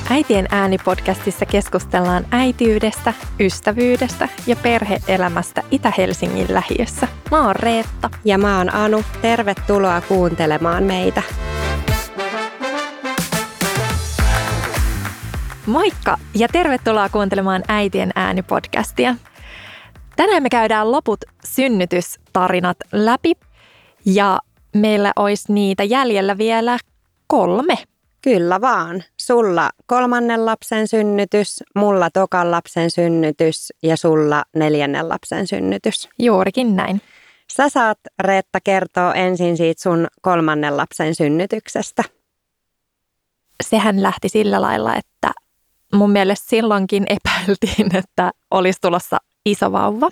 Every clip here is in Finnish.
Äitien ääni-podcastissa keskustellaan äitiydestä, ystävyydestä ja perhe-elämästä Itä-Helsingin lähiössä. Mä oon Reetta. Ja mä oon Anu. Tervetuloa kuuntelemaan meitä. Moikka ja tervetuloa kuuntelemaan Äitien ääni-podcastia. Tänään me käydään loput synnytystarinat läpi ja meillä olisi niitä jäljellä vielä 3. Kyllä vaan. Sulla 3. lapsen synnytys, mulla 2. lapsen synnytys ja sulla 4. lapsen synnytys. Juurikin näin. Sä saat, Reetta, kertoa ensin siitä sun 3. lapsen synnytyksestä. Sehän lähti sillä lailla, että mun mielestä silloinkin epäiltiin, että olisi tulossa iso vauva.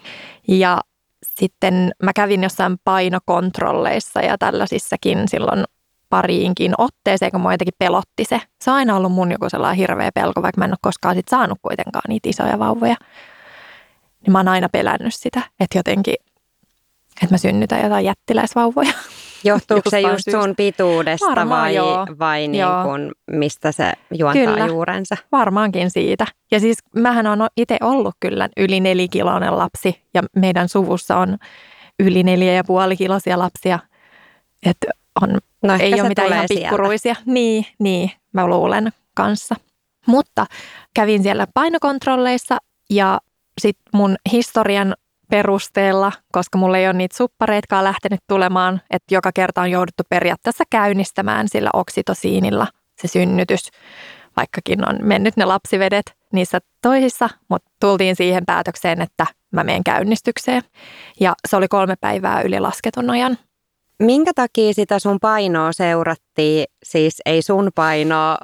Ja sitten mä kävin jossain painokontrolleissa ja tällaisissakin silloin pariinkin otteeseen, kun mua jotenkin pelotti se. Se on aina ollut mun joku sellainen hirveä pelko, vaikka mä en ole koskaan sit saanut kuitenkaan niitä isoja vauvoja. Niin mä oon aina pelännyt sitä, että jotenkin, että mä synnytän jotain jättiläisvauvoja. Johtuuko se just sun pituudesta vai niin kuin, mistä se juontaa kyllä, juurensa? Varmaankin siitä. Ja siis mähän on itse ollut kyllä yli 4-kiloinen lapsi ja meidän suvussa on yli 4,5-kiloisia lapsia. Että ei ole mitään ihan pikkuruisia. Niin, mä luulen kanssa. Mutta kävin siellä painokontrolleissa ja sitten mun historian perusteella, koska mulla ei ole niitä suppareitkaan lähtenyt tulemaan, että joka kerta on jouduttu periaatteessa käynnistämään sillä oksitosiinilla se synnytys, vaikkakin on mennyt ne lapsivedet niissä toisissa, mutta tultiin siihen päätökseen, että mä menen käynnistykseen ja se oli 3 päivää yli lasketun ajan. Minkä takia sitä sun painoa seurattiin, siis ei sun painoa,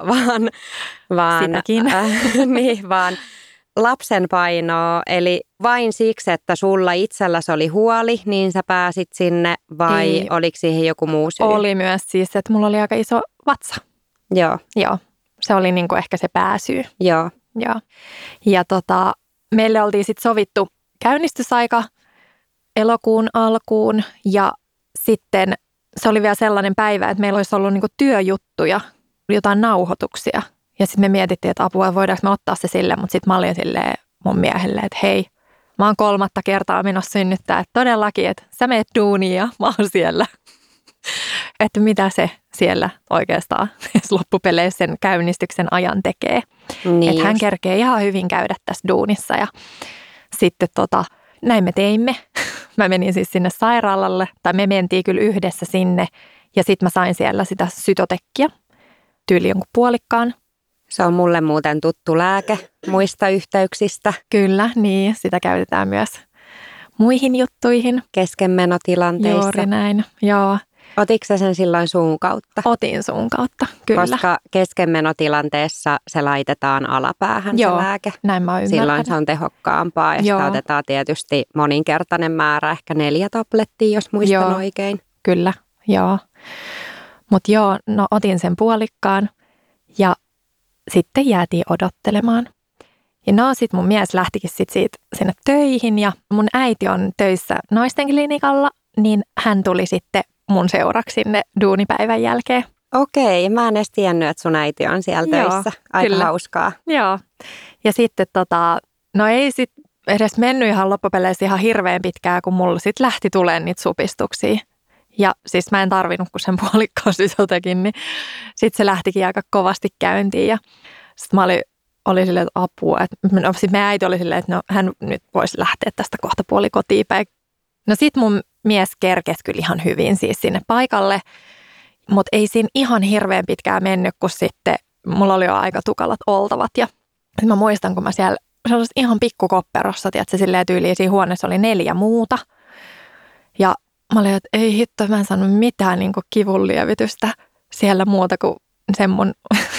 vaan sitäkin. Vaan lapsen painoa, eli vain siksi, että sulla itselläsi oli huoli, niin sä pääsit sinne vai oliko siihen joku muu syy? Oli myös siis, että mulla oli aika iso vatsa. Joo, se oli niinku ehkä se pääsyy. Joo. Ja meille oltiin sitten sovittu käynnistysaika elokuun alkuun ja sitten se oli vielä sellainen päivä, että meillä olisi ollut niinku työjuttuja, jotain nauhoituksia. Ja sitten me mietittiin, että apua, voidaanko me ottaa se sille, mutta sitten mä olin silleen mun miehelle, että hei, mä oon 3. kertaa menossa synnyttää, että todellakin, että sä meet duuniin ja mä oon siellä. Että mitä se siellä oikeastaan loppupeleissä sen käynnistyksen ajan tekee. Niin että hän kerkee ihan hyvin käydä tässä duunissa ja sitten näin me teimme. Mä menin siis sinne sairaalalle, tai me mentiin kyllä yhdessä sinne ja sitten mä sain siellä sitä sytotekkiä, tyyli jonkun puolikkaan. Se on mulle muuten tuttu lääke muista yhteyksistä. Kyllä, niin. Sitä käytetään myös muihin juttuihin. Keskenmenotilanteissa. Juuri näin, joo. Otitko sä sen silloin suun kautta? Otin suun kautta, kyllä. Koska keskenmenotilanteessa se laitetaan alapäähän se lääke. Näin mä ymmärrän. Silloin se on tehokkaampaa ja sitä otetaan tietysti moninkertainen määrä, ehkä 4 tablettia, jos muistan oikein. Kyllä, joo. Mutta otin sen puolikkaan ja sitten jäätiin odottelemaan. Ja sitten mun mies lähtikin siitä sinne töihin ja mun äiti on töissä naistenklinikalla, niin hän tuli sitten mun seuraksi sinne duunipäivän jälkeen. Okei, mä en edes tiennyt, että sun äiti on siellä töissä. Aika kyllä. Hauskaa. Joo, ja sitten ei sitten edes mennyt ihan loppupeleissä ihan hirveän pitkään, kun mulla sitten lähti tulemaan niitä supistuksia. Ja siis mä en tarvinnut kuin sen puolikkaan jotenkin, niin sitten se lähtikin aika kovasti käyntiin. Ja sitten mä olin silleen, että apua. Sitten meidän äiti oli silleen, että hän nyt voisi lähteä tästä kohta puoli kotiin päin. No sitten mun mies kerkesi kyllä ihan hyvin siis sinne paikalle, mutta ei siinä ihan hirveän pitkään mennyt, kun sitten mulla oli jo aika tukalat oltavat. Ja mä muistan, kun mä siellä sellaisessa ihan pikkukopperossa, tiedätkö, silleen tyyliin siinä huoneessa oli 4 muuta. Ja mä olin, että ei hitto, mä en saanut mitään niin kuin kivunlievitystä siellä muuta kuin sen mun,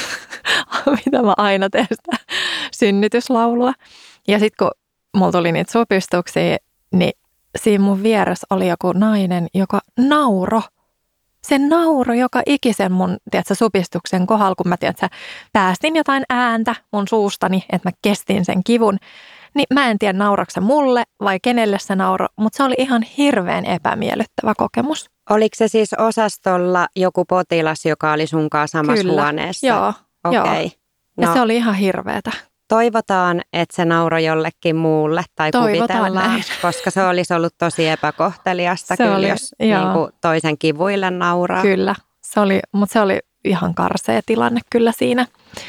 mitä mä aina teen sitä synnytyslaulua. Ja sitten kun mulla tuli niitä supistuksia, niin siinä mun vieressä oli joku nainen, joka nauro. Se nauro joka ikisen mun, tiedätkö, supistuksen kohdalla, kun mä, tiedätkö, päästin jotain ääntä mun suustani, että mä kestin sen kivun. Niin mä en tiedä, naurakko se mulle vai kenelle se nauro, mutta se oli ihan hirveän epämiellyttävä kokemus. Oliko se siis osastolla joku potilas, joka oli sunkaan samassa huoneessa? Joo. Okei. Ja se oli ihan hirveetä. Toivotaan, että se nauroi jollekin muulle tai kuvitellaan, näin. Koska se olisi ollut tosi epäkohteliasta, kyllä, jos niin kuin toisen kivuille nauraa. Kyllä, mutta se oli ihan karsea tilanne kyllä siinä.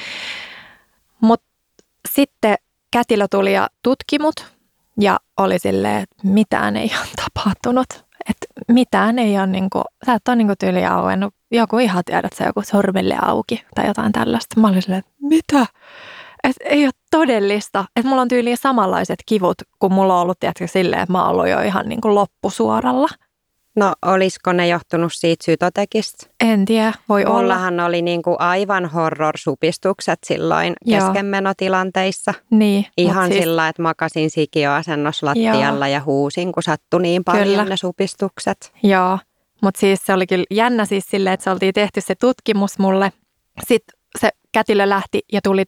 Mutta sitten kätilö tuli ja tutki mut ja oli silleen, että mitään ei ole tapahtunut. Että mitään ei ole, sä et ole tyyli auennut, joku ihan tiedät sä, joku sormelle auki tai jotain tällaista. Mä olin silleen, että mitä? Että ei ole todellista. Että mulla on tyyliin samanlaiset kivut, kun mulla on ollut tiedätkö silleen, että mä oon ollut jo ihan loppusuoralla. No olisiko ne johtunut siitä Sytotekista? En tiedä, voi olla. Mullahan oli aivan horror-supistukset silloin keskenmenotilanteissa. Niin. Ihan sillä, että makasin sikiöasennossa lattialla ja huusin, kun sattui niin paljon ne supistukset. Joo, mutta siis se oli kyllä jännä siis silleen, että se oltiin tehty se tutkimus mulle. Sitten se kätilö lähti ja tuli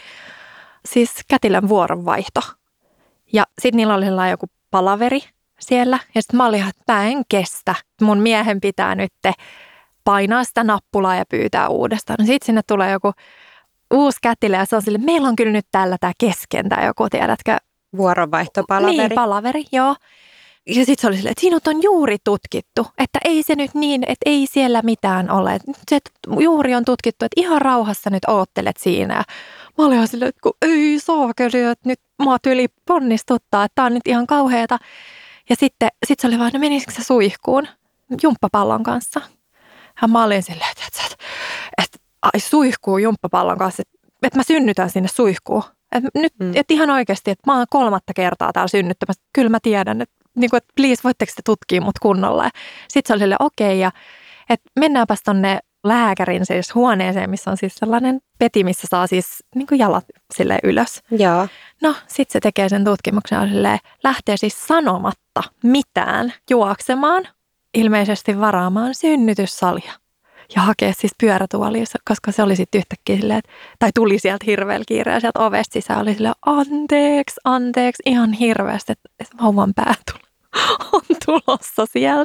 siis kätilön vuoronvaihto. Ja sitten niillä oli joku palaveri siellä. Ja sitten mä olin, että mä en kestä. Mun miehen pitää nyt painaa sitä nappulaa ja pyytää uudestaan. No sitten sinne tulee joku uusi kätilö ja se on silleen, meillä on kyllä nyt täällä tämä kesken tai joku, tiedätkö? Vuoronvaihtopalaveri. Niin, palaveri, joo. Ja sitten se oli silleen, että sinut on juuri tutkittu, että ei se nyt niin, että ei siellä mitään ole. Se juuri on tutkittu, että ihan rauhassa nyt oottelet siinä. Ja mä olin ihan silleen, että kun ei saakeli, että nyt mua tyyli ponnistuttaa, että tää on nyt ihan kauheata. Ja sitten se oli vaan, no menisikö se suihkuun jumppapallon kanssa? Ja mä olin silleen, että suihkuun jumppapallon kanssa, että mä synnytän sinne suihkuun. Että nyt että ihan oikeasti, että mä oon 3. kertaa täällä synnyttämässä. Kyllä mä tiedän, että please, voitteko te tutkia mut kunnolla. Sitten se oli silleen, okei, ja että mennäänpäs tonne lääkärin siis huoneeseen, missä on siis sellainen peti, missä saa siis jalat silleen ylös. Joo. No, sitten se tekee sen tutkimuksen ja silleen, lähtee siis sanomatta mitään juoksemaan, ilmeisesti varaamaan synnytyssalia. Ja hakee siis pyörätuolia, koska se oli sitten yhtäkkiä silleen, tai tuli sieltä hirveällä kiireellä sieltä ovesta sisään, oli silleen, anteeksi, ihan hirveästi, että vauvan pää on tulossa sieltä.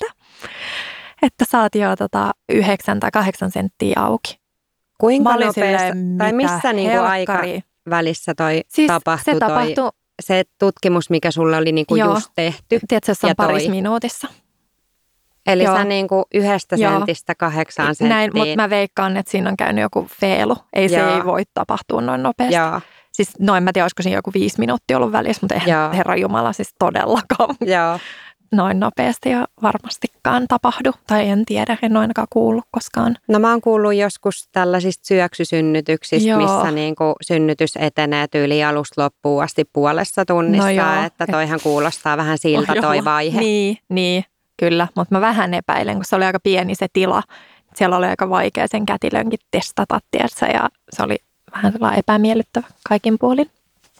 Että saatiin jo 9 tai 8 senttiä auki. Kuinka nopeasti, tai missä aikavälissä tapahtui se tutkimus, mikä sulle oli just tehty? Tiedätkö, se on parissa minuutissa. Eli sä 1 sentistä 8 senttiin. Näin, mutta mä veikkaan, että siinä on käynyt joku feelu. Se ei voi tapahtua noin nopeasti. Joo. Siis noin mä tiedän, olisiko siinä joku 5 minuuttia ollut välissä, mutta eihän herranjumala siis todellakaan. Joo. Noin nopeasti ja varmastikaan tapahdu. Tai en tiedä, en ole ainakaan kuullut koskaan. No mä oon kuullut joskus tällaisista syöksysynnytyksistä, missä synnytys etenee tyyli alusta loppuun asti puolessa tunnissa. No että toihan kuulostaa vähän siltä toi vaihe. Niin. Kyllä, mutta mä vähän epäilen, kun se oli aika pieni se tila. Siellä oli aika vaikea sen kätilönkin testata, tiedätkö, ja se oli vähän sellainen epämiellyttävä kaikin puolin.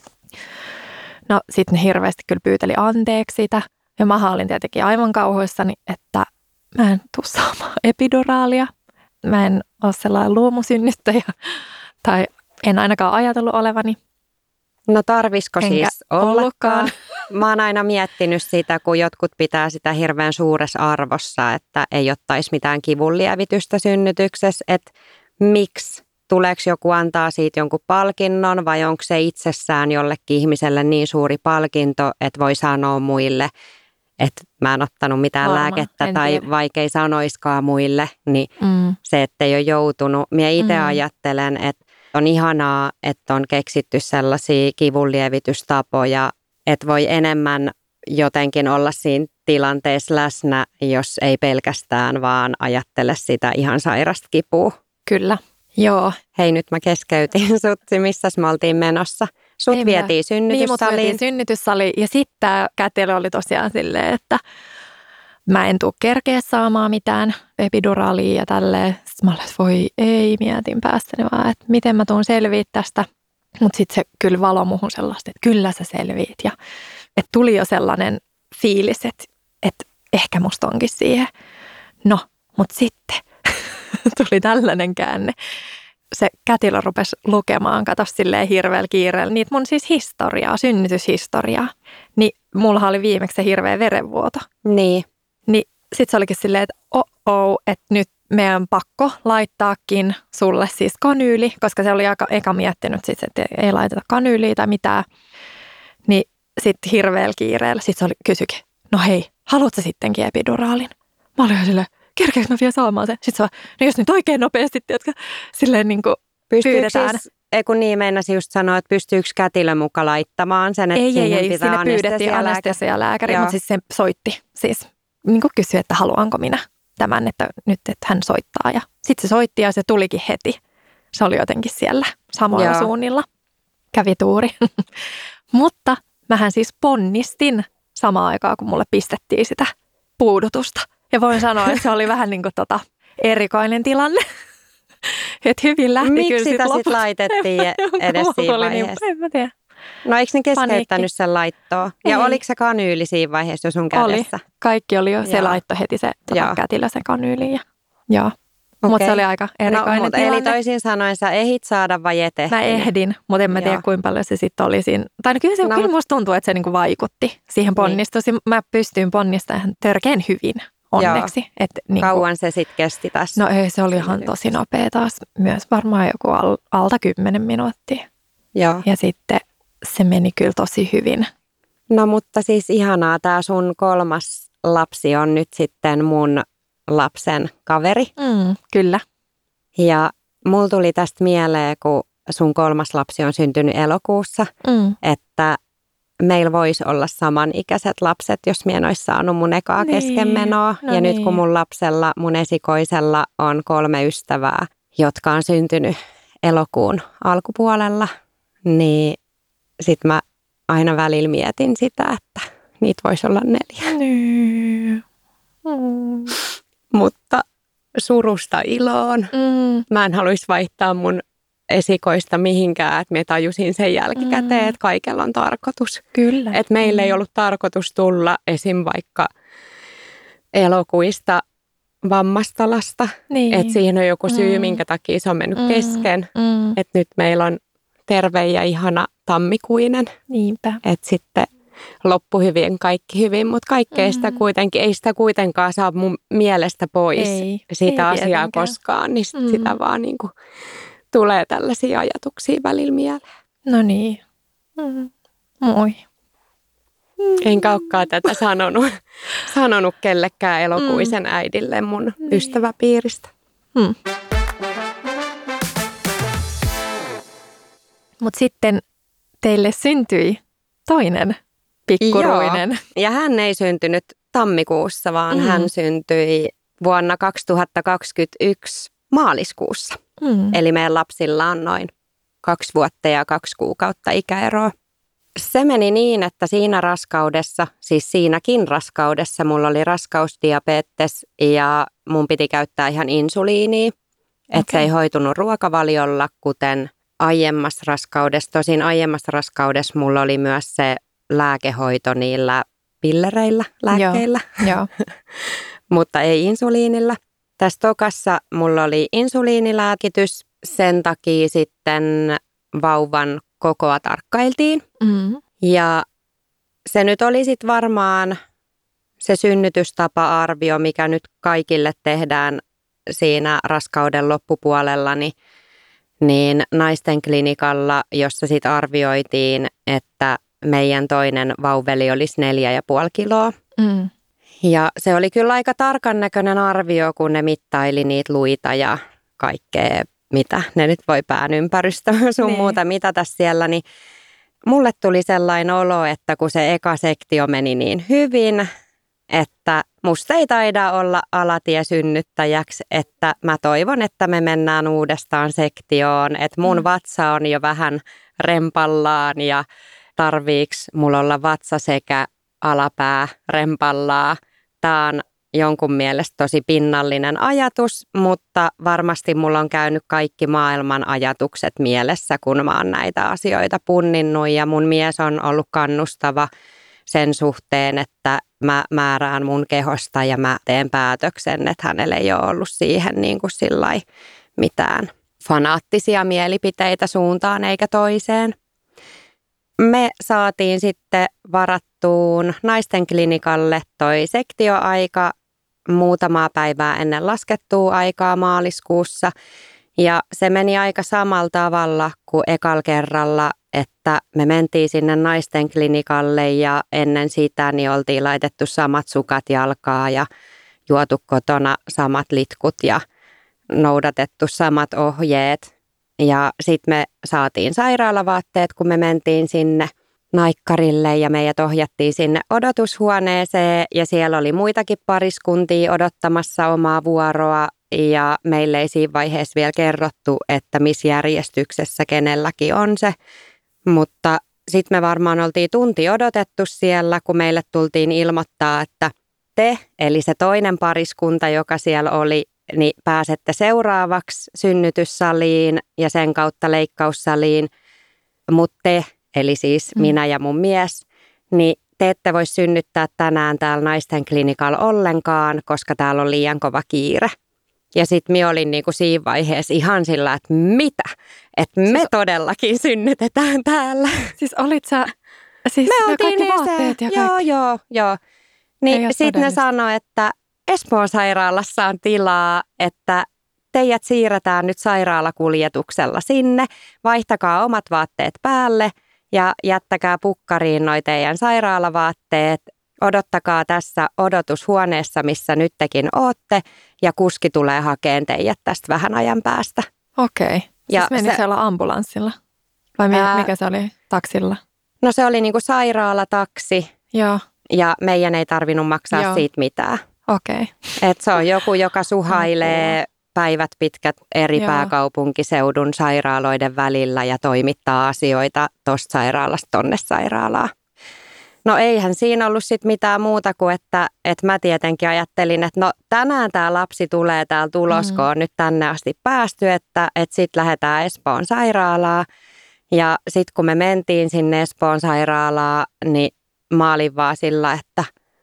No sitten ne hirveästi kyllä pyyteli anteeksi sitä. Ja mä olin tietenkin aivan kauhuissani, että mä en tule saamaan epiduraalia. Mä en ole sellainen luomusynnyttäjä, tai en ainakaan ajatellut olevani. No tarvisiko siis ollakaan? Mä oon aina miettinyt sitä, kun jotkut pitää sitä hirveän suuressa arvossa, että ei ottaisi mitään kivunlievitystä synnytyksessä, että miksi? Tuleeko joku antaa siitä jonkun palkinnon vai onko se itsessään jollekin ihmiselle niin suuri palkinto, että voi sanoa muille, että mä en ottanut mitään lääkettä tai vaikka ei sanoiskaan muille, niin se, että ei ole joutunut. Minä itse ajattelen, että on ihanaa, että on keksitty sellaisia kivunlievitystapoja, että voi enemmän jotenkin olla siinä tilanteessa läsnä, jos ei pelkästään vaan ajattele sitä ihan sairasta kipua. Kyllä, joo. Hei, nyt mä keskeytin sut. Missäs me oltiin menossa? Sut vietiin synnytyssaliin. Niin, mut synnytyssaliin. Ja sitten tämä kätilö oli tosiaan silleen, että mä en tule kerkeä saamaan mitään epiduraalia ja tälleen. Sitten mä olin, voi ei, mietin päästäni vaan, että miten mä tuun selviit tästä. Mutta sitten se kyllä valo muhun sellaista, että kyllä sä selviit. Ja että tuli jo sellainen fiilis, että ehkä musta onkin siihen. No, mutta sitten tuli tällainen käänne. Se kätilö rupesi lukemaan, kato silleen hirveällä kiireellä, niitä mun siis historiaa, synnytyshistoriaa. Niin mullahan oli viimeksi se hirveä verenvuoto. Niin. Niin sit se olikin silleen, että että nyt meidän pakko laittaakin sulle siis kanyyli, koska se oli aika eka miettinyt sit, että ei laiteta kanyyliä tai mitään. Niin sitten hirveällä kiireellä sit se oli kysyikin, no hei, haluatko sittenkin epiduraalin? Mä olin silleen, kerkeekö mä vielä saamaan sen? Sitten se vaan, no jos nyt oikein nopeasti, tiedätkö, silleen niin kuin pyydetään. Siis, kun niin meinasi just sanoa, että pystyykö kätilö muka laittamaan sen, että ei, pitää sinne pyydettiin anestesialääkäri, mutta siis se soitti siis niin kuin kysyi, että haluanko minä tämän, että nyt että hän soittaa. Ja sitten se soitti ja se tulikin heti. Se oli jotenkin siellä samoilla suunnilla. Kävi tuuri. Mutta mähän siis ponnistin samaan aikaan, kun mulle pistettiin sitä puudutusta. Ja voin sanoa, että se oli vähän niin kuin erikoinen tilanne. Että hyvin lähti miksi kyllä sitä sitten laitettiin edes siinä vaiheessa? En mä tiedä. No eikö ne keskeyttänyt sen laittoa? Ja oliko se kanyyli siinä vaiheessa jo sun kädessä? Oli. Kaikki oli jo. Se laitto heti se kätilö sen kanyyliin. Joo. Mutta se oli aika erikoinen tilanne. Eli toisin sanoen sä ehdit saada vai et ehtinyt? Mä ehdin, mutta en mä tiedä kuinka paljon se sitten oli siinä. Tai kyllä musta tuntuu, että se niinku vaikutti siihen ponnistuksiin. Niin. Mä pystyin ponnistamaan törkeän hyvin onneksi. Kauan se sitten kesti tässä? No ei, se oli ihan tosi nopea taas. Myös varmaan joku alta 10 minuuttia. Joo. Ja sitten se meni kyllä tosi hyvin. No mutta siis ihanaa, tämä sun 3. lapsi on nyt sitten mun lapsen kaveri. Kyllä. Ja mulla tuli tästä mieleen, kun sun 3. lapsi on syntynyt elokuussa, että meillä voisi olla samanikäiset lapset, jos mie en olisi saanut mun ekaa keskenmenoa. No ja nyt kun mun lapsella, mun esikoisella on 3 ystävää, jotka on syntynyt elokuun alkupuolella, niin sit mä aina välillä mietin sitä, että niitä voisi olla 4. Mutta surusta iloon. Mä en haluaisi vaihtaa mun esikoista mihinkään, että mä tajusin sen jälkikäteen, että kaikella on tarkoitus. Kyllä. Että meillä ei ollut tarkoitus tulla esim. Vaikka elokuista vammastalasta. Niin. Että siihen on joku syy, minkä takia se on mennyt kesken. Että nyt meillä on terve ja ihana tammikuinen. Niinpä. Että sitten loppu hyvin, kaikki hyvin, mutta kaikkea sitä kuitenkin, ei sitä kuitenkaan saa mun mielestä pois sitä asiaa tietenkään koskaan, niin sitä vaan niin kuin tulee tällaisia ajatuksia välillä mieleen. No niin. Moi. Enkä olekaan tätä sanonut kellekään elokuisen äidille mun ystäväpiiristä. Mutta sitten teille syntyi toinen pikkuruinen. Joo. Ja hän ei syntynyt tammikuussa, vaan hän syntyi vuonna 2021 maaliskuussa. Eli meidän lapsilla on noin 2 vuotta ja 2 kuukautta ikäeroa. Se meni niin, että siinä raskaudessa, siis siinäkin raskaudessa, mulla oli raskausdiabetes ja mun piti käyttää ihan insuliinia. Että se ei hoitunut ruokavaliolla, kuten aiemmassa raskaudessa. Tosin aiemmassa raskaudessa mulla oli myös se lääkehoito niillä pillereillä, lääkkeillä, Joo. mutta ei insuliinilla. Tässä tokassa mulla oli insuliinilääkitys, sen takia sitten vauvan kokoa tarkkailtiin. Ja se nyt oli sitten varmaan se synnytystapa-arvio, mikä nyt kaikille tehdään siinä raskauden loppupuolella, niin naisten klinikalla, jossa sitten arvioitiin, että meidän toinen vauveli olisi 4,5 kiloa. Ja se oli kyllä aika tarkan näköinen arvio, kun ne mittaili niitä luita ja kaikkea, mitä ne nyt voi pään ympärystä sun muuta mitata siellä. Niin mulle tuli sellainen olo, että kun se eka sektio meni niin hyvin, että musta ei taida olla alatiesynnyttäjäksi, että mä toivon, että me mennään uudestaan sektioon, että mun vatsa on jo vähän rempallaan ja tarviiks mulla olla vatsa sekä alapää rempallaa. Tää on jonkun mielestä tosi pinnallinen ajatus, mutta varmasti mulla on käynyt kaikki maailman ajatukset mielessä, kun mä oon näitä asioita punninnut ja mun mies on ollut kannustava sen suhteen, että mä määrään mun kehosta ja mä teen päätöksen, että hänellä ei ole ollut siihen niin kuin sillai mitään fanaattisia mielipiteitä suuntaan eikä toiseen. Me saatiin sitten varattuun naisten klinikalle toi sektioaika muutamaa päivää ennen laskettua aikaa maaliskuussa. Ja se meni aika samalla tavalla kuin ekalla kerralla, että me mentiin sinne naisten klinikalle ja ennen sitä niin oltiin laitettu samat sukat jalkaa ja juotu kotona samat litkut ja noudatettu samat ohjeet. Ja sitten me saatiin sairaalavaatteet, kun me mentiin sinne naikkarille ja meidät ohjattiin sinne odotushuoneeseen ja siellä oli muitakin pariskuntia odottamassa omaa vuoroa ja meille ei siinä vaiheessa vielä kerrottu, että missä järjestyksessä kenelläkin on se, mutta sitten me varmaan oltiin tunti odotettu siellä, kun meille tultiin ilmoittaa, että te, eli se toinen pariskunta, joka siellä oli, niin pääsette seuraavaksi synnytyssaliin ja sen kautta leikkaussaliin, mutta te, eli siis minä ja mun mies, niin te ette voi synnyttää tänään täällä naisten klinikalla ollenkaan, koska täällä on liian kova kiire. Ja sitten minä olin niinku siinä vaiheessa ihan sillä, että mitä? Että me todellakin synnytetään täällä. Siis olit sä, siis me ne kaikki vaatteet ja kaikki? Joo. Niin sitten ne sanoi, että Espoon sairaalassa on tilaa, että teidät siirretään nyt sairaalakuljetuksella sinne. Vaihtakaa omat vaatteet päälle ja jättäkää pukkariin noi teidän sairaalavaatteet. Odottakaa tässä odotushuoneessa, missä nyt tekin ootte, ja kuski tulee hakemaan teidät tästä vähän ajan päästä. Okei. Siis meni siellä ambulanssilla? Vai mikä se oli? Taksilla? No se oli niinku sairaalataksi. Joo. Ja meidän ei tarvinnut maksaa siitä mitään. Okei. Et se on joku, joka suhailee päivät pitkät eri pääkaupunkiseudun sairaaloiden välillä ja toimittaa asioita tuosta sairaalasta tonne sairaalaan. No eihän siinä ollut sit mitään muuta kuin, että mä tietenkin ajattelin, että no tänään tämä lapsi tulee täällä tulos, kun on nyt tänne asti päästy, että sitten lähdetään Espoon sairaalaan. Ja sitten kun me mentiin sinne Espoon sairaalaan, niin mä olin vaan sillä, että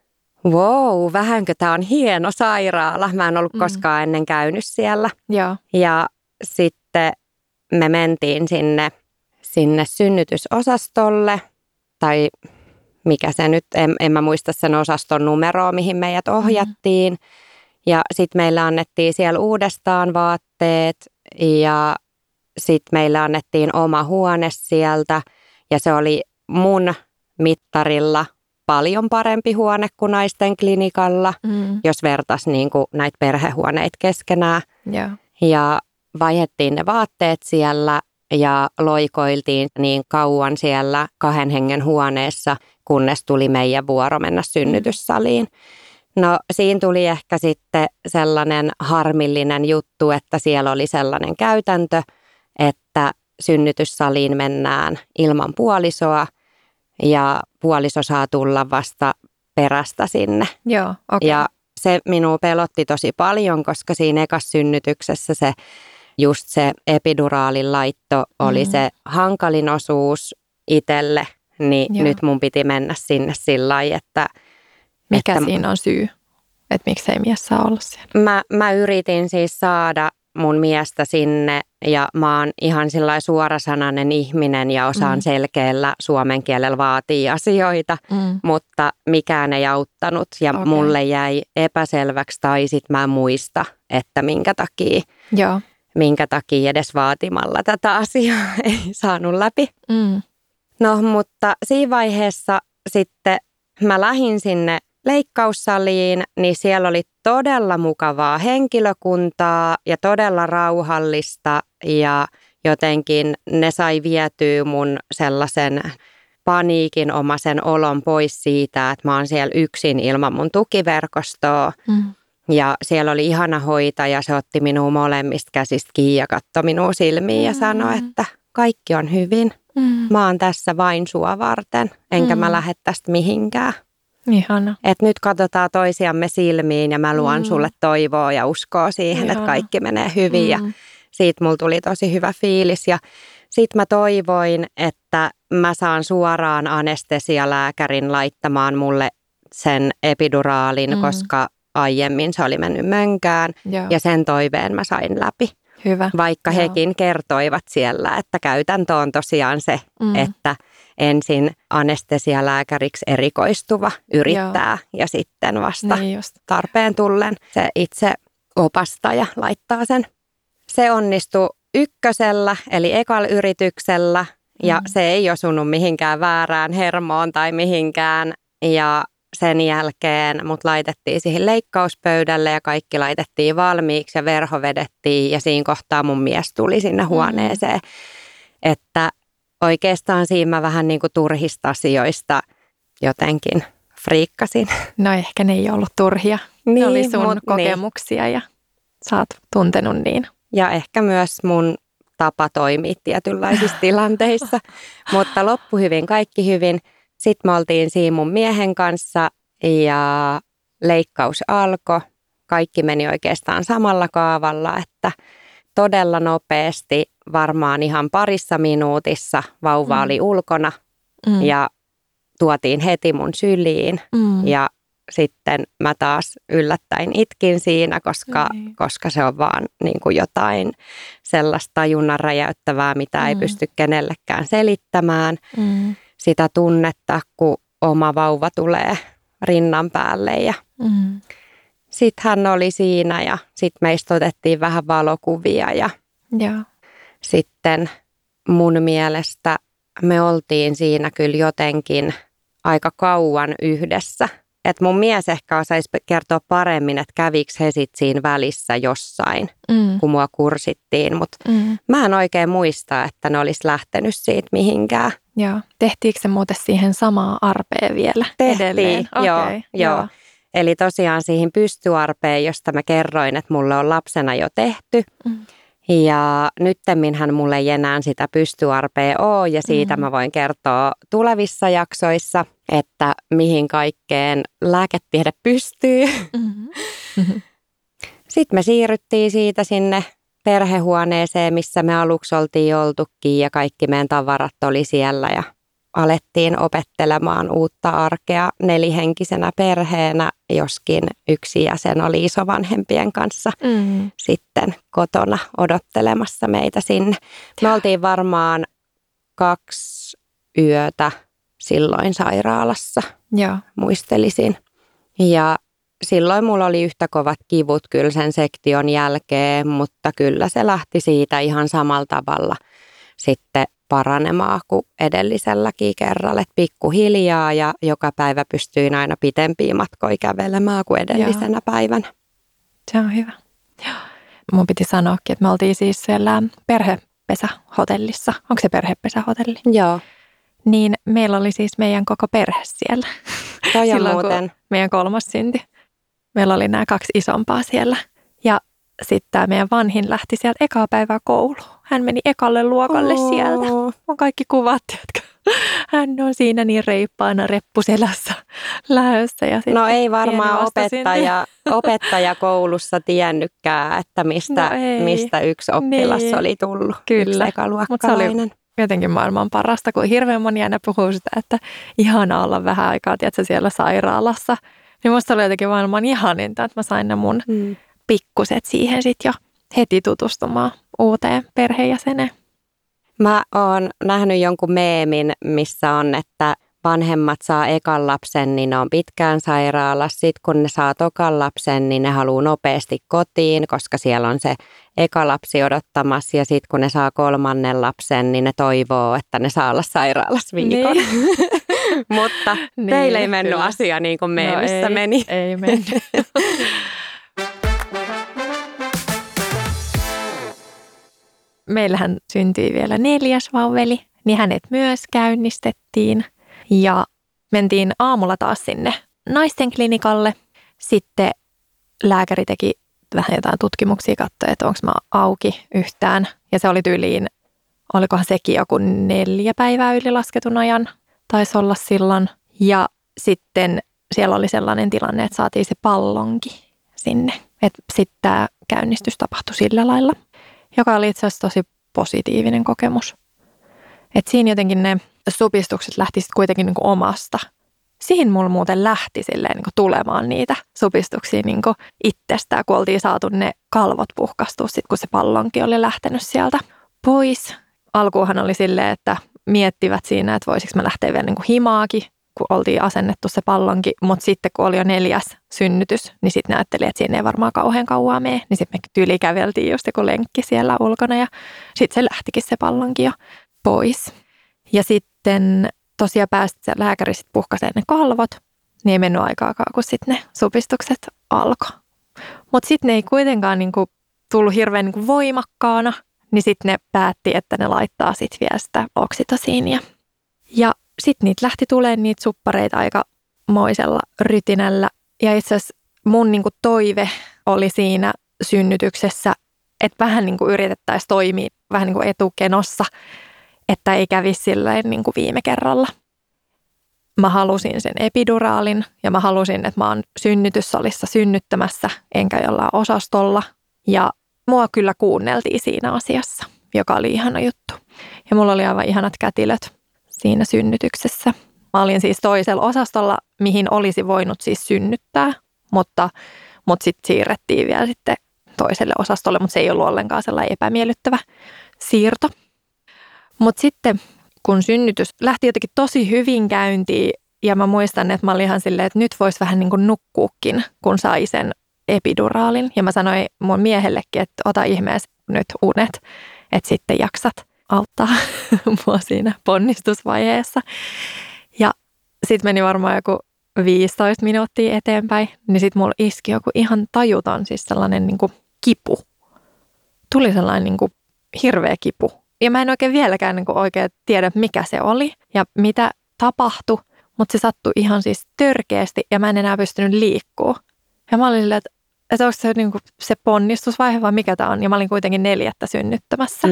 wow, vähänkö tämä on hieno sairaala. Mä en ollut koskaan ennen käynyt siellä. Joo. Ja sitten me mentiin sinne synnytysosastolle, tai mikä se nyt, en mä muista sen osaston numeroa, mihin meidät ohjattiin. Ja sitten meillä annettiin siellä uudestaan vaatteet ja sitten meillä annettiin oma huone sieltä. Ja se oli mun mittarilla paljon parempi huone kuin naisten klinikalla, jos vertaisi niin kuin näitä perhehuoneita keskenään. Yeah. Ja vaihdettiin ne vaatteet siellä ja loikoiltiin niin kauan siellä 2 hengen huoneessa, kunnes tuli meidän vuoro mennä synnytyssaliin. No siinä tuli ehkä sitten sellainen harmillinen juttu, että siellä oli sellainen käytäntö, että synnytyssaliin mennään ilman puolisoa ja puoliso saa tulla vasta perästä sinne. Joo, okei. Ja se minua pelotti tosi paljon, koska siinä ekassa synnytyksessä just se epiduraalin laitto oli se hankalin osuus itselle, niin nyt mun piti mennä sinne sillä lailla, että... Mikä siinä on syy, että miksei mies saa olla siellä? Mä yritin siis saada mun miestä sinne ja mä oon ihan sillai suorasanainen ihminen ja osaan selkeällä suomen kielellä vaatii asioita, mutta mikään ei auttanut ja mulle jäi epäselväksi tai sit mä en muista, että minkä takia edes vaatimalla tätä asiaa ei saanut läpi. No mutta siinä vaiheessa sitten mä lähdin sinne leikkaussaliin, niin siellä oli todella mukavaa henkilökuntaa ja todella rauhallista ja jotenkin ne sai vietyä mun sellaisen paniikinomaisen olon pois siitä, että mä oon siellä yksin ilman mun tukiverkostoa. Ja siellä oli ihana hoitaja, se otti minua molemmista käsistä kiinni ja katsoi minua silmiin ja sanoi, että kaikki on hyvin. Mä oon tässä vain sua varten, enkä mä lähde tästä mihinkään. Ihana. Että nyt katsotaan toisiamme silmiin ja mä luon sulle toivoa ja uskoa siihen, että kaikki menee hyvin. Ja siitä mulla tuli tosi hyvä fiilis. Ja sit mä toivoin, että mä saan suoraan anestesialääkärin laittamaan mulle sen epiduraalin, koska aiemmin se oli mennyt mönkään. Ja sen toiveen mä sain läpi. hyvä. Vaikka hekin kertoivat siellä, että käytäntö on tosiaan se, että ensin anestesialääkäriksi erikoistuva yrittää ja sitten vasta tarpeen tullen se itse opastaja laittaa sen. Se onnistui ykkösellä eli ekalla yrityksellä ja se ei osunut mihinkään väärään hermoon tai mihinkään ja sen jälkeen mut laitettiin siihen leikkauspöydälle ja kaikki laitettiin valmiiksi ja verho vedettiin ja siinä kohtaa mun mies tuli sinne huoneeseen. Että oikeastaan siinä mä vähän niin kuin turhista asioista jotenkin friikkasin. No ehkä ne ei ollut turhia. Niin, ne oli sun kokemuksia ja sä oot tuntenut niin. Ja ehkä myös mun tapa toimia tietynlaisissa tilanteissa. Mutta loppu hyvin, kaikki hyvin. Sitten me oltiin siinä mun miehen kanssa ja leikkaus alkoi. Kaikki meni oikeastaan samalla kaavalla, että todella nopeasti, varmaan ihan parissa minuutissa vauva oli ulkona ja tuotiin heti mun syliin. Ja sitten mä taas yllättäen itkin siinä, koska se on vaan niin kuin jotain sellaista tajunnan räjäyttävää, mitä ei pysty kenellekään selittämään. Sitä tunnetta, kun oma vauva tulee rinnan päälle ja sitten hän oli siinä ja sitten meistä otettiin vähän valokuvia ja sitten mun mielestä me oltiin siinä kyllä jotenkin aika kauan yhdessä. Että mun mies ehkä osaisi kertoa paremmin, että kävikö he sitten siinä välissä jossain, kun mua kursittiin. Mutta mä en oikein muista, että ne olisi lähtenyt siitä mihinkään. Joo. Tehtiinkö se muuten siihen samaan arpeen vielä edelleen? Joo. Eli tosiaan siihen pystyarpeen, josta mä kerroin, että mulle on lapsena jo tehty. Ja nyttemminhän mulle ei enää sitä pystyarpea ole ja siitä mä voin kertoa tulevissa jaksoissa, että mihin kaikkeen lääketiede pystyy. Sitten me siirryttiin siitä sinne perhehuoneeseen, missä me aluksi oltiin oltukin ja kaikki meidän tavarat oli siellä ja alettiin opettelemaan uutta arkea nelihenkisenä perheenä, joskin yksi jäsen oli isovanhempien kanssa sitten kotona odottelemassa meitä sinne. Me oltiin varmaan 2 yötä silloin sairaalassa, muistelisin. Ja silloin mulla oli yhtä kovat kivut kyllä sen sektion jälkeen, mutta kyllä se lähti siitä ihan samalla tavalla sitten paranemaan kuin edelliselläkin kerralla, että pikkuhiljaa ja joka päivä pystyin aina pitempiä matkoja kävelemään kuin edellisenä päivänä. Se on hyvä. Joo. Mun piti sanoakin, että me oltiin siis siellä perhepesähotellissa. Onko se perhepesähotelli? Joo. Niin meillä oli siis meidän koko perhe siellä. Silloin muuten. Kun meidän 3. synti. Meillä oli nämä 2 isompaa siellä. Ja sitten tämä meidän vanhin lähti sieltä ekaa päivää kouluun. Hän meni ekalle luokalle sieltä. On kaikki kuvat, jotka hän on siinä niin reippaana reppuselässä lähdössä. Ja no ei varmaan opettaja koulussa tiennytkään, että mistä yksi oppilas oli tullut. Kyllä, yksi ekaluokkalainen. Mutta se oli jotenkin maailman parasta, kun hirveän moni aina puhuu sitä, että ihanaa olla vähän aikaa, tiedätkö, siellä sairaalassa. Niin musta oli jotenkin maailman ihaninta, että mä sain ne mun pikkuset siihen sitten jo heti tutustumaan uuteen perheenjäseneen. Mä oon nähnyt jonkun meemin, missä on, että vanhemmat saa ekan lapsen, niin ne on pitkään sairaalassa. Sitten kun ne saa tokan lapsen, niin ne haluaa nopeasti kotiin, koska siellä on se eka lapsi odottamassa. Ja sitten kun ne saa 3. lapsen, niin ne toivoo, että ne saa olla sairaalassa viikon. Niin. Mutta teille ei mennyt asia niin kuin meemissä meni. Ei mennyt. Meillähän syntyi vielä 4. vauveli, niin hänet myös käynnistettiin ja mentiin aamulla taas sinne naisten klinikalle. Sitten lääkäri teki vähän jotain tutkimuksia, katsoi, että onko mä auki yhtään. Ja se oli tyyliin, olikohan sekin joku 4 päivää yli lasketun ajan, taisi olla silloin. Ja sitten siellä oli sellainen tilanne, että saatiin se pallonki sinne. Että sitten tämä käynnistys tapahtui sillä lailla, joka oli itse asiassa tosi positiivinen kokemus. Että siinä jotenkin ne supistukset lähti sitten kuitenkin niin kuin omasta siinä mulla muuten lähti silleen niin kuin tulemaan niitä supistuksia niin kuin itsestään, kun oltiin saatu ne kalvot puhkastua, sit kun se pallonkin oli lähtenyt sieltä pois. Alkuunhan oli silleen, että miettivät siinä, että voisiko mä lähteä vielä niin kuin himaakin, kun oltiin asennettu se pallonkin, mutta sitten kun oli jo 4. synnytys, niin sitten ne ajatteli, että siinä ei varmaan kauhean kauaa mene, niin sitten me tyyliin käveltiin just joku lenkki siellä ulkona ja sitten se lähtikin se pallonkin jo pois. Ja sitten tosiaan se lääkäri sitten puhkaisee ne kalvot, niin ei mennyt aikaakaan, kun sitten ne supistukset alkoi. Mutta sitten ne ei kuitenkaan niinku tullut hirveän niinku voimakkaana, niin sitten ne päätti, että ne laittaa sitten vielä sitä oksitosiinia. Ja sitten niitä lähti tulemaan niitä suppareita aikamoisella rytinällä. Ja itse asiassa mun niinku toive oli siinä synnytyksessä, että vähän niinku yritettäisiin toimia vähän niinku etukenossa, että ei kävisi silleen niin kuin viime kerralla. Mä halusin sen epiduraalin ja mä halusin, että mä oon synnytyssalissa synnyttämässä enkä jollain osastolla. Ja mua kyllä kuunneltiin siinä asiassa, joka oli ihana juttu. Ja mulla oli aivan ihanat kätilöt siinä synnytyksessä. Mä olin siis toisella osastolla, mihin olisi voinut siis synnyttää, mutta sitten siirrettiin vielä sitten toiselle osastolle, mutta se ei ollut ollenkaan sellainen epämiellyttävä siirto. Mutta sitten kun synnytys lähti jotenkin tosi hyvin käyntiin ja mä muistan, että mä olin ihan silleen, että nyt voisi vähän niin kuin nukkuukin, kun sai sen epiduraalin. Ja mä sanoin mun miehellekin, että ota ihmeessä nyt unet, että sitten jaksat auttaa mua siinä ponnistusvaiheessa. Ja sitten meni varmaan joku 15 minuuttia eteenpäin, niin sitten mulla iski joku ihan tajuton, siis sellainen niin kuin kipu. Tuli sellainen niin kuin hirveä kipu. Ja mä en oikein vieläkään niin kuin oikein tiedä, mikä se oli ja mitä tapahtui, mutta se sattui ihan siis törkeästi ja mä en enää pystynyt liikkua. Ja mä olin silleen, että onko se niin kuin se ponnistusvaihe vai mikä tämä on? Ja mä olin kuitenkin 4. synnyttämässä.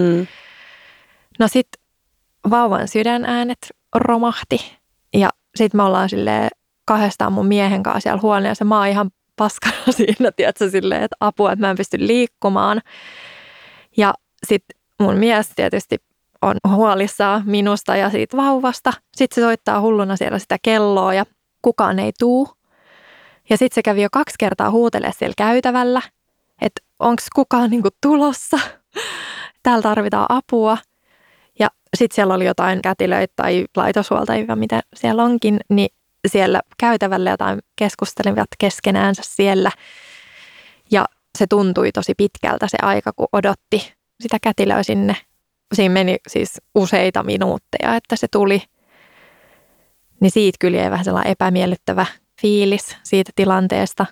No sitten vauvan sydänäänet romahti ja sitten me ollaan silleen 2 mun miehen kanssa siellä huoneessa. Mä oon ihan paskana siinä, tiedätkö, silleen, että apua, että mä en pysty liikkumaan. Ja sitten mun mies tietysti on huolissaan minusta ja siitä vauvasta. Sitten se soittaa hulluna siellä sitä kelloa ja kukaan ei tuu. Ja sitten se kävi jo 2 kertaa huutelemaan siellä käytävällä, että onko kukaan niinku tulossa. Täällä tarvitaan apua. Ja sitten siellä oli jotain kätilöitä tai laitoshuoltajia, mitä siellä onkin, niin siellä käytävällä jotain keskustelivat keskenäänsä siellä. Ja se tuntui tosi pitkältä se aika, kun odotti sitä kätilöä sinne. Siinä meni siis useita minuutteja, että se tuli. Niin siitä kyllä jäi vähän sellainen epämiellyttävä fiilis siitä tilanteesta.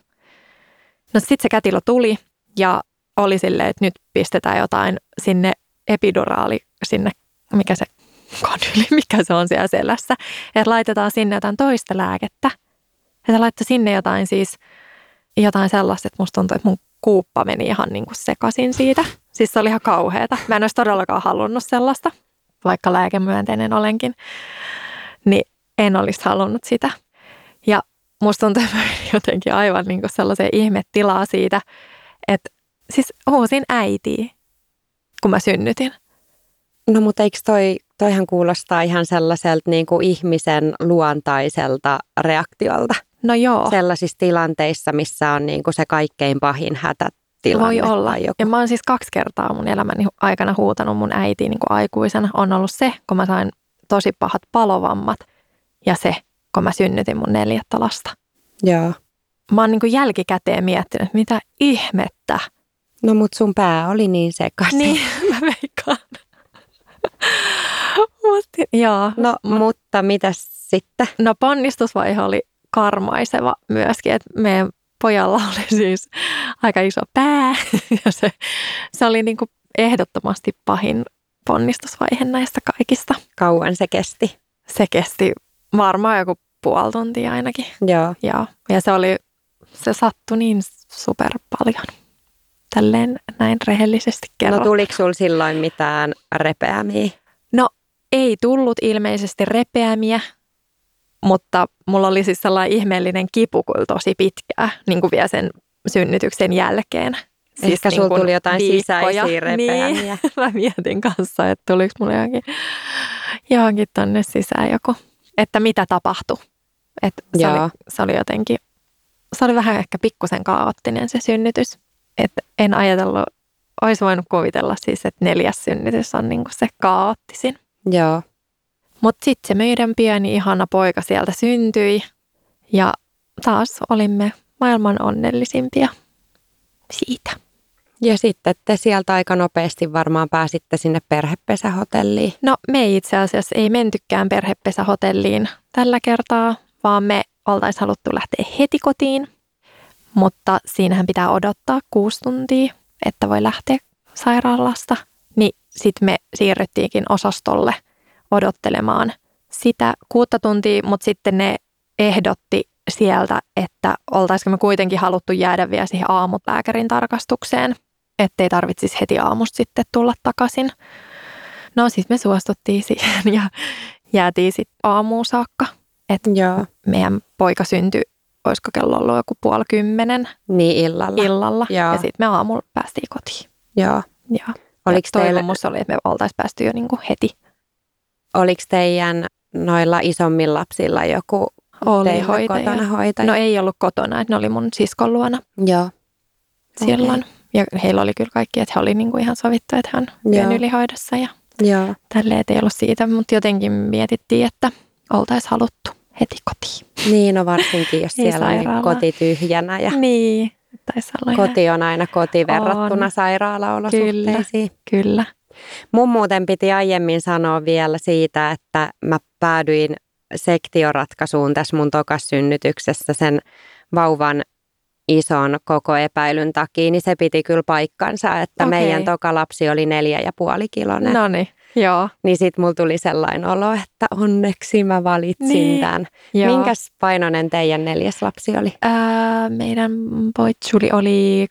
No sitten se kätilö tuli ja oli silleen, että nyt pistetään jotain sinne epiduraali, sinne, mikä se kanyli, mikä se on siellä selässä. Että laitetaan sinne jotain toista lääkettä. Ja se laittoi sinne jotain sellaista, että musta tuntui, että mun kuuppa meni ihan niin kuin sekaisin siitä. Siis se oli ihan kauheata. Mä en olisi todellakaan halunnut sellaista, vaikka lääkemyönteinen olenkin. Niin en olisi halunnut sitä. Ja musta tuntui, että mä jotenkin aivan niin kuin sellaiseen ihmetilaa siitä, että siis huusin äitiä, kun mä synnytin. No mutta eikö toihan kuulostaa ihan sellaiselta niin kuin ihmisen luontaiselta reaktiolta? No joo. Sellaisissa tilanteissa, missä on niin kuin se kaikkein pahin hätätilanne. Voi olla. Ja mä oon siis 2 kertaa mun elämäni aikana huutanut mun äitiä niin kuin aikuisena. On ollut se, kun mä sain tosi pahat palovammat ja se, kun mä synnytin mun 4. lasta. Joo. Mä oon niin kuin jälkikäteen miettinyt, että mitä ihmettä. No mut sun pää oli niin sekaisin. Niin, mä veikkaan. Joo. No mutta mitäs sitten? No ponnistusvaihe oli karmaiseva myöskin, että meidän pojalla oli siis aika iso pää ja se oli niin kuin ehdottomasti pahin ponnistusvaihe näistä kaikista. Kauan se kesti? Se kesti varmaan joku 0,5 tuntia ainakin. Joo. Ja se sattui niin super paljon. Tälleen näin rehellisesti kerran. No tuliko sulla silloin mitään repeämiä? No ei tullut ilmeisesti repeämiä, mutta mulla oli siis sellainen ihmeellinen kipu kyllä tosi pitkää, niin kuin vielä sen synnytyksen jälkeen. Siis ehkä niin sulla tuli jotain viikkoja. sisäisiä repeämiä. Niin, mä mietin kanssa, että tuliko mulle johonkin tonne sisään joku, että mitä tapahtui. Se oli jotenkin, se oli vähän ehkä pikkusen kaoottinen se synnytys. Että en ajatellut, olisi voinut kuvitella siis, että 4. synnytys on niin kuin se kaoottisin. Joo. Mutta sitten se meidän pieni ihana poika sieltä syntyi ja taas olimme maailman onnellisimpia siitä. Ja sitten te sieltä aika nopeasti varmaan pääsitte sinne perhepesähotelliin. No me itse asiassa ei mentykään perhepesähotelliin tällä kertaa, vaan me oltaisiin haluttu lähteä heti kotiin. Mutta siinähän pitää odottaa 6 tuntia, että voi lähteä sairaalasta. Niin sitten me siirryttiinkin osastolle odottelemaan sitä 6 tuntia, mutta sitten ne ehdotti sieltä, että oltaisiko me kuitenkin haluttu jäädä vielä siihen aamulääkärin tarkastukseen, ettei tarvitsisi heti aamusta sitten tulla takaisin. No sitten me suostuttiin siihen ja jäätiin sitten aamuun saakka. Että meidän poika syntyi, olisiko kello ollut joku 9:30. Niin illalla. Ja sitten me aamulla päästiin kotiin. Joo. Ja toivomus oli, että me oltaisiin päästy jo niinku heti. Oliko teidän noilla isommilla lapsilla joku kotona hoitaja? No ei ollut kotona, että ne oli mun siskon luona. Joo. Silloin. Okay. Ja heillä oli kyllä kaikki, että he oli niinku ihan sovittu, että hän on yön ylihoidossa ja tälleen, ei ollut siitä. Mutta jotenkin mietittiin, että oltaisiin haluttu heti kotiin. Niin, no varsinkin, jos siellä on koti tyhjänä. Ja niin. Koti on aina koti verrattuna sairaalaolosuhteisiin. Kyllä. Mun muuten piti aiemmin sanoa vielä siitä, että mä päädyin sektioratkaisuun tässä mun tokassynnytyksessä sen vauvan ison koko epäilyn takia, niin se piti kyllä paikkansa, että meidän toka lapsi oli 4,5-kiloinen. Noniin, joo. Niin sit mulla tuli sellainen olo, että onneksi mä valitsin tämän. Minkäs painoinen teidän 4. lapsi oli? Meidän poitsuli oli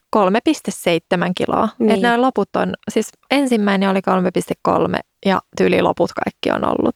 3,7 kiloa. Niin. Että nämä loput on, siis ensimmäinen oli 3,3 ja tyyli loput kaikki on ollut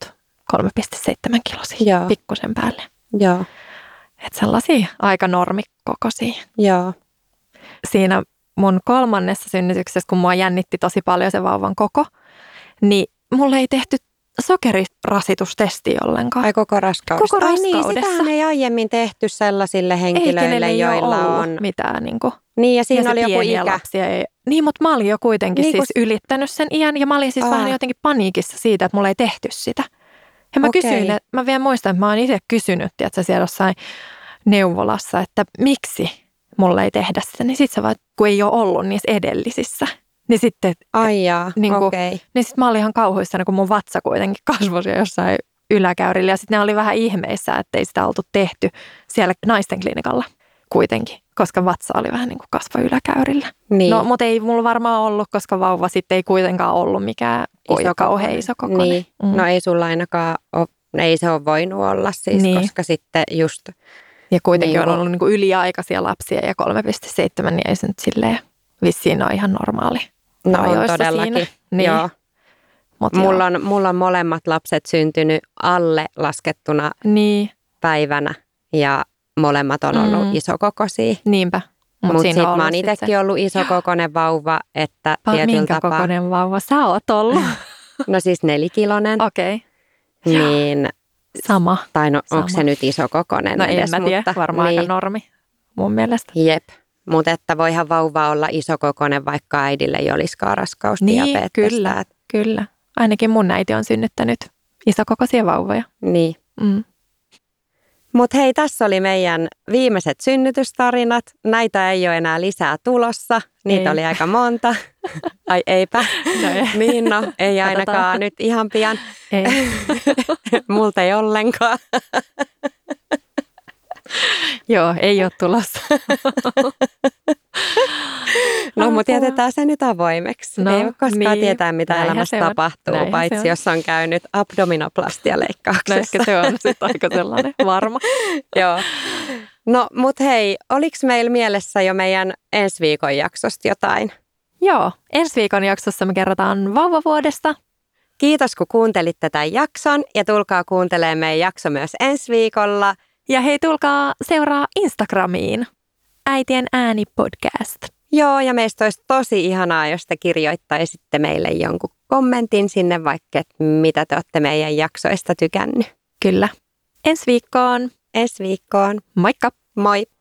3,7 kilosia, pikkusen päälle. Joo. Että sellaisia aika normikokoisia. Joo. Siinä mun 3. synnytyksessä, kun mua jännitti tosi paljon se vauvan koko, niin mulle ei tehty sokerirasitustestiä ollenkaan. Ai koko raskaudessa? Koko raskaudessa. Ai niin, sitähän ei aiemmin tehty sellaisille henkilöille, joilla on mitään niin kuin. Niin ja siinä oli joku ikä. Lapsia ei. Niin, mutta mä olin jo kuitenkin niin, siis ylittänyt sen iän ja mä olin siis vähän jotenkin paniikissa siitä, että mulla ei tehty sitä. Ja mä kysyin, että mä vielä muistan, että mä oon itse kysynyt, että se siellä jossain neuvolassa, että miksi mulle ei tehdä sitä. Niin sit sä vaan, kun ei ole ollut niissä edellisissä. Niin sitten, niin sitten mä olin ihan kauhuissani, kun mun vatsa kuitenkin kasvoi jossain yläkäyrillä. Ja sitten ne oli vähän ihmeissä, että ei sitä oltu tehty siellä naisten klinikalla kuitenkin, koska vatsa oli vähän niin kuin kasvoi yläkäyrillä. Niin. No, mutta ei mulla varmaan ollut, koska vauva sitten ei kuitenkaan ollut mikään kauhean iso kokoinen. Niin. No ei sulla ainakaan ole, ei se ole voinut olla siis, koska sitten just. Ja kuitenkin on ollut niin kuin yliaikaisia lapsia ja 3,7, niin ei se nyt silleen vissiin ole ihan normaali. No on todellakin, niin. Joo. Mulla on molemmat lapset syntynyt alle laskettuna päivänä ja molemmat on ollut isokokoisia. Niinpä. Mutta sitten mä oon itsekin ollut isokokoinen vauva, että tietyllä tapaa. Minkä kokoinen vauva sä oot ollut? No siis 4-kiloinen. Okei. Niin. Sama. Tai no onko se nyt isokokoinen no edes? No en mä tiedä, varmaan aika normi mun mielestä. Jep. Mutta että voihan vauva olla isokokoinen, vaikka äidille ei olisikaan raskausdiabeettista. Niin, kyllä. Ainakin mun äiti on synnyttänyt isokokoisia vauvoja. Niin. Mutta hei, tässä oli meidän viimeiset synnytystarinat. Näitä ei ole enää lisää tulossa. Niitä oli aika monta. Ai eipä. No ei. Niin no, ei ainakaan nyt ihan pian. Ei. Multa ei ollenkaan. Joo, ei ole tulossa. No, mutta jätetään se nyt avoimeksi. No, ei voi koskaan tietää, mitä elämässä tapahtuu, paitsi jos on käynyt abdominoplastialeikkauksessa. No ehkä se on sitten aika sellainen varma. Joo. No, mutta hei, oliko meillä mielessä jo meidän ensi viikon jaksosta jotain? Joo, ensi viikon jaksossa me kerrotaan vauvavuodesta. Kiitos, kun kuuntelitte tämän jakson ja tulkaa kuuntelemaan meidän jakso myös ensi viikolla. Ja hei, tulkaa seuraa Instagramiin. Äitien ääni podcast. Joo, ja meistä olisi tosi ihanaa, jos te kirjoittaisitte meille jonkun kommentin sinne, vaikka mitä te olette meidän jaksoista tykännyt. Kyllä. Ensi viikkoon. ensi viikkoon. Moikka! Moi!